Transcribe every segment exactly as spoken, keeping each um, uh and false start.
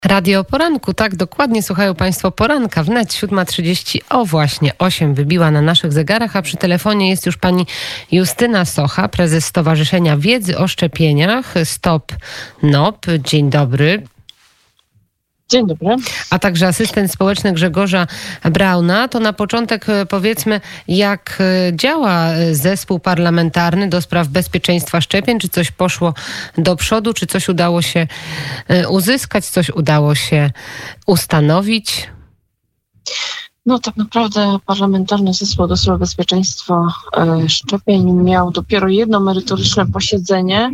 Radio o poranku, tak, dokładnie słuchają Państwo poranka wnet, siódma trzydzieści, o właśnie osiem wybiła na naszych zegarach, a przy telefonie jest już pani Justyna Socha, prezes Stowarzyszenia Wiedzy o Szczepieniach Stop N O P. Dzień dobry. Dzień dobry. A także asystent społeczny Grzegorza Brauna. To na początek powiedzmy, jak działa zespół parlamentarny do spraw bezpieczeństwa szczepień. Czy coś poszło do przodu, czy coś udało się uzyskać, coś udało się ustanowić? No tak naprawdę Parlamentarny Zespół do Spraw Bezpieczeństwa e, Szczepień miał dopiero jedno merytoryczne posiedzenie.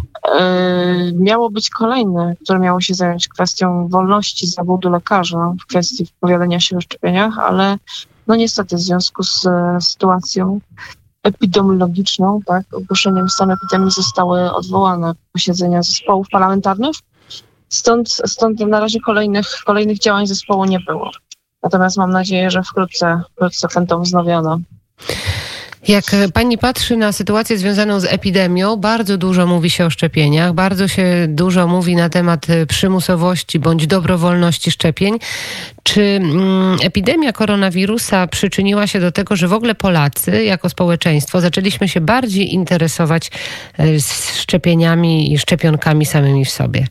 E, miało być kolejne, które miało się zająć kwestią wolności zawodu lekarza w kwestii wypowiadania się o szczepieniach, ale no niestety w związku z e, sytuacją epidemiologiczną, tak, ogłoszeniem stanu epidemii zostały odwołane posiedzenia zespołów parlamentarnych. Stąd, stąd na razie kolejnych, kolejnych działań zespołu nie było. Natomiast mam nadzieję, że wkrótce, wkrótce będą wznowione. Jak pani patrzy na sytuację związaną z epidemią, bardzo dużo mówi się o szczepieniach, bardzo się dużo mówi na temat przymusowości bądź dobrowolności szczepień. Czy mm, epidemia koronawirusa przyczyniła się do tego, że w ogóle Polacy jako społeczeństwo zaczęliśmy się bardziej interesować szczepieniami i szczepionkami samymi w sobie?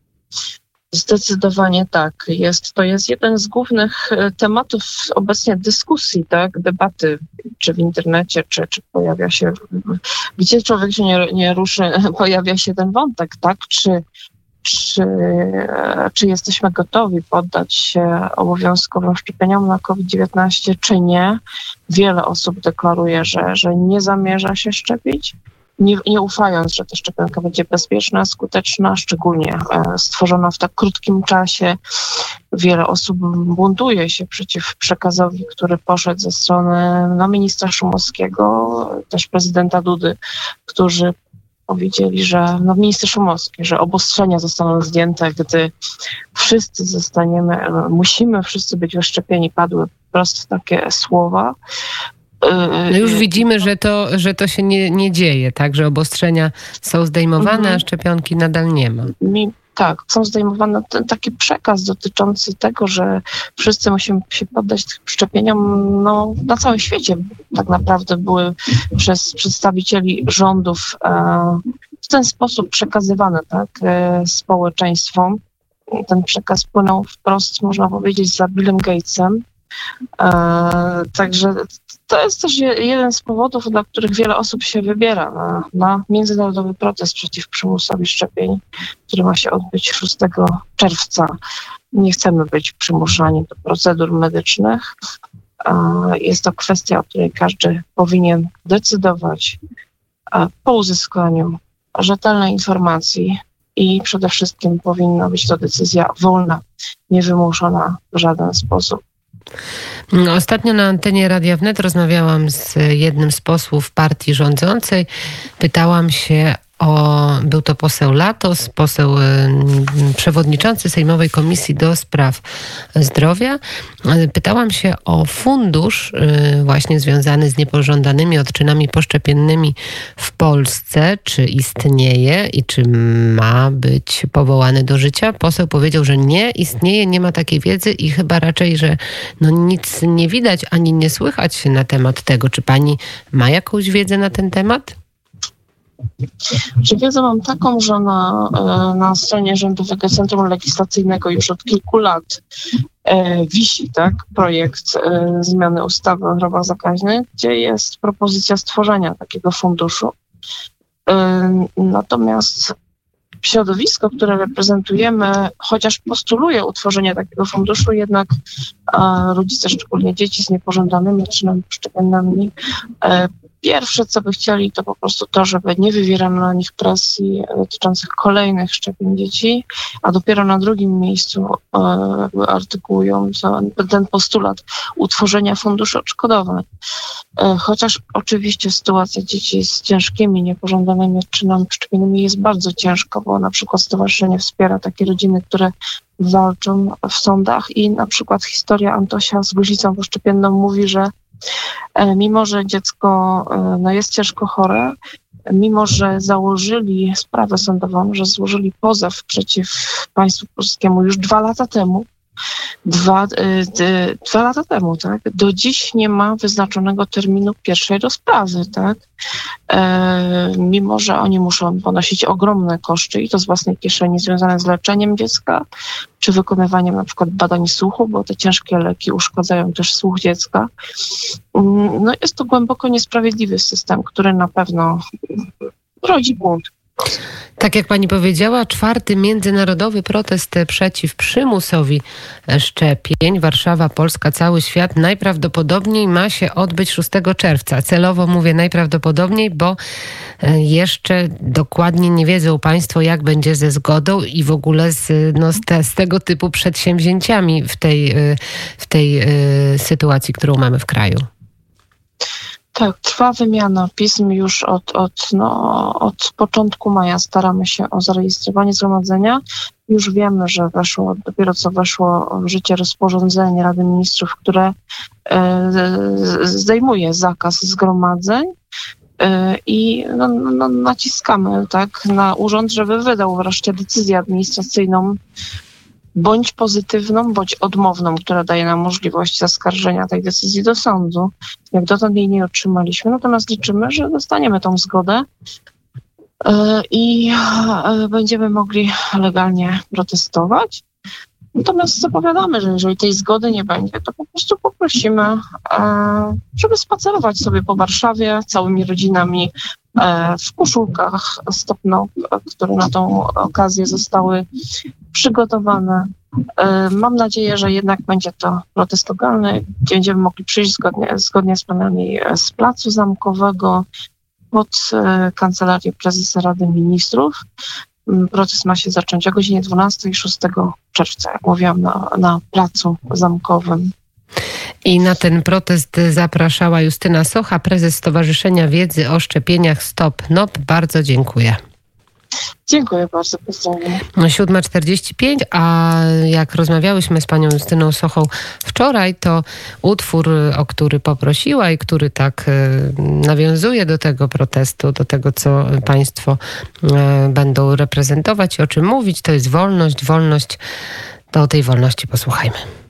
Zdecydowanie tak. Jest, to jest jeden z głównych tematów obecnie dyskusji, tak, debaty, czy w internecie, czy, czy pojawia się, gdzie człowiek się nie, nie ruszy, pojawia się ten wątek, tak, czy, czy, czy jesteśmy gotowi poddać się obowiązkowym szczepieniom na kowid dziewiętnaście, czy nie. Wiele osób deklaruje, że, że nie zamierza się szczepić. Nie, nie ufając, że ta szczepionka będzie bezpieczna, skuteczna, szczególnie e, stworzona w tak krótkim czasie. Wiele osób buntuje się przeciw przekazowi, który poszedł ze strony no, ministra Szumowskiego, też prezydenta Dudy, którzy powiedzieli, że no, minister Szumowski, że obostrzenia zostaną zdjęte, gdy wszyscy zostaniemy, musimy wszyscy być wyszczepieni. Padły po prostu takie słowa. No już widzimy, że to, że to się nie, nie dzieje, tak? Że obostrzenia są zdejmowane, mhm. a szczepionki nadal nie ma. Mi, tak, są zdejmowane. Ten taki przekaz dotyczący tego, że wszyscy musimy się poddać tym szczepieniom, no na całym świecie tak naprawdę były przez przedstawicieli rządów e, w ten sposób przekazywane, tak, e, społeczeństwom. Ten przekaz płynął wprost, można powiedzieć, za Billem Gatesem. E, także to jest też jeden z powodów, dla których wiele osób się wybiera na, na międzynarodowy protest przeciw przymusowi szczepień, który ma się odbyć szóstego czerwca. Nie chcemy być przymuszani do procedur medycznych. E, jest to kwestia, o której każdy powinien decydować e, po uzyskaniu rzetelnej informacji i przede wszystkim powinna być to decyzja wolna, niewymuszona w żaden sposób. Ostatnio na antenie Radia Wnet rozmawiałam z jednym z posłów partii rządzącej. Pytałam się o, był to poseł Latos, poseł przewodniczący Sejmowej Komisji do Spraw Zdrowia. Pytałam się o fundusz właśnie związany z niepożądanymi odczynami poszczepiennymi w Polsce. Czy istnieje i czy ma być powołany do życia? Poseł powiedział, że nie istnieje, nie ma takiej wiedzy i chyba raczej, że no nic nie widać ani nie słychać na temat tego. Czy pani ma jakąś wiedzę na ten temat? Czy wiedzę mam taką, że na, na stronie Rządowego Centrum Legislacyjnego już od kilku lat e, wisi tak, projekt e, zmiany ustawy o chorobach zakaźnych, gdzie jest propozycja stworzenia takiego funduszu. E, natomiast środowisko, które reprezentujemy, chociaż postuluje utworzenie takiego funduszu, jednak e, rodzice, szczególnie dzieci z niepożądanymi odczynami poszczepiennymi, e, pierwsze, co by chcieli, to po prostu to, żeby nie wywierano na nich presji dotyczących kolejnych szczepień dzieci, a dopiero na drugim miejscu e, artykułują ten postulat utworzenia funduszu odszkodowań. E, chociaż oczywiście sytuacja dzieci z ciężkimi, niepożądanymi odczynami poszczepiennymi jest bardzo ciężka, bo na przykład stowarzyszenie wspiera takie rodziny, które walczą w sądach i na przykład historia Antosia z gruźlicą poszczepienną mówi, że mimo że dziecko no, jest ciężko chore, mimo że założyli sprawę sądową, że złożyli pozew przeciw państwu polskiemu już dwa lata temu, Dwa, y, dwa lata temu, tak? Do dziś nie ma wyznaczonego terminu pierwszej rozprawy, tak? E, mimo że oni muszą ponosić ogromne koszty i to z własnej kieszeni związane z leczeniem dziecka, czy wykonywaniem na przykład badań słuchu, bo te ciężkie leki uszkadzają też słuch dziecka. No jest to głęboko niesprawiedliwy system, który na pewno rodzi bunt. Tak jak pani powiedziała, czwarty międzynarodowy protest przeciw przymusowi szczepień. Warszawa, Polska, cały świat najprawdopodobniej ma się odbyć szóstego czerwca. Celowo mówię najprawdopodobniej, bo jeszcze dokładnie nie wiedzą państwo, jak będzie ze zgodą i w ogóle z, no, z, te, z tego typu przedsięwzięciami w tej, w tej sytuacji, którą mamy w kraju. Tak, trwa wymiana pism już od, od, no, od początku maja. Staramy się o zarejestrowanie zgromadzenia. Już wiemy, że weszło, dopiero co weszło w życie rozporządzenie Rady Ministrów, które e, zdejmuje zakaz zgromadzeń e, i no, no, naciskamy tak, na urząd, żeby wydał wreszcie decyzję administracyjną, bądź pozytywną, bądź odmowną, która daje nam możliwość zaskarżenia tej decyzji do sądu. Jak dotąd jej nie otrzymaliśmy, natomiast liczymy, że dostaniemy tą zgodę i będziemy mogli legalnie protestować. Natomiast zapowiadamy, że jeżeli tej zgody nie będzie, to po prostu poprosimy, żeby spacerować sobie po Warszawie całymi rodzinami w koszulkach stopno, które na tą okazję zostały przygotowane. Mam nadzieję, że jednak będzie to protest legalny, gdzie będziemy mogli przyjść zgodnie, zgodnie z planami z Placu Zamkowego pod Kancelarię Prezesa Rady Ministrów. Protest ma się zacząć o godzinie dwunastej szóstego czerwca, jak mówiłam, na, na Placu Zamkowym. I na ten protest zapraszała Justyna Socha, prezes Stowarzyszenia Wiedzy o Szczepieniach Stop N O P. Bardzo dziękuję. Dziękuję bardzo, pozdrawiam. siódma czterdzieści pięć, a jak rozmawiałyśmy z panią Justyną Sochą wczoraj, to utwór, o który poprosiła i który tak nawiązuje do tego protestu, do tego, co państwo będą reprezentować i o czym mówić, to jest wolność, wolność, to o tej wolności posłuchajmy.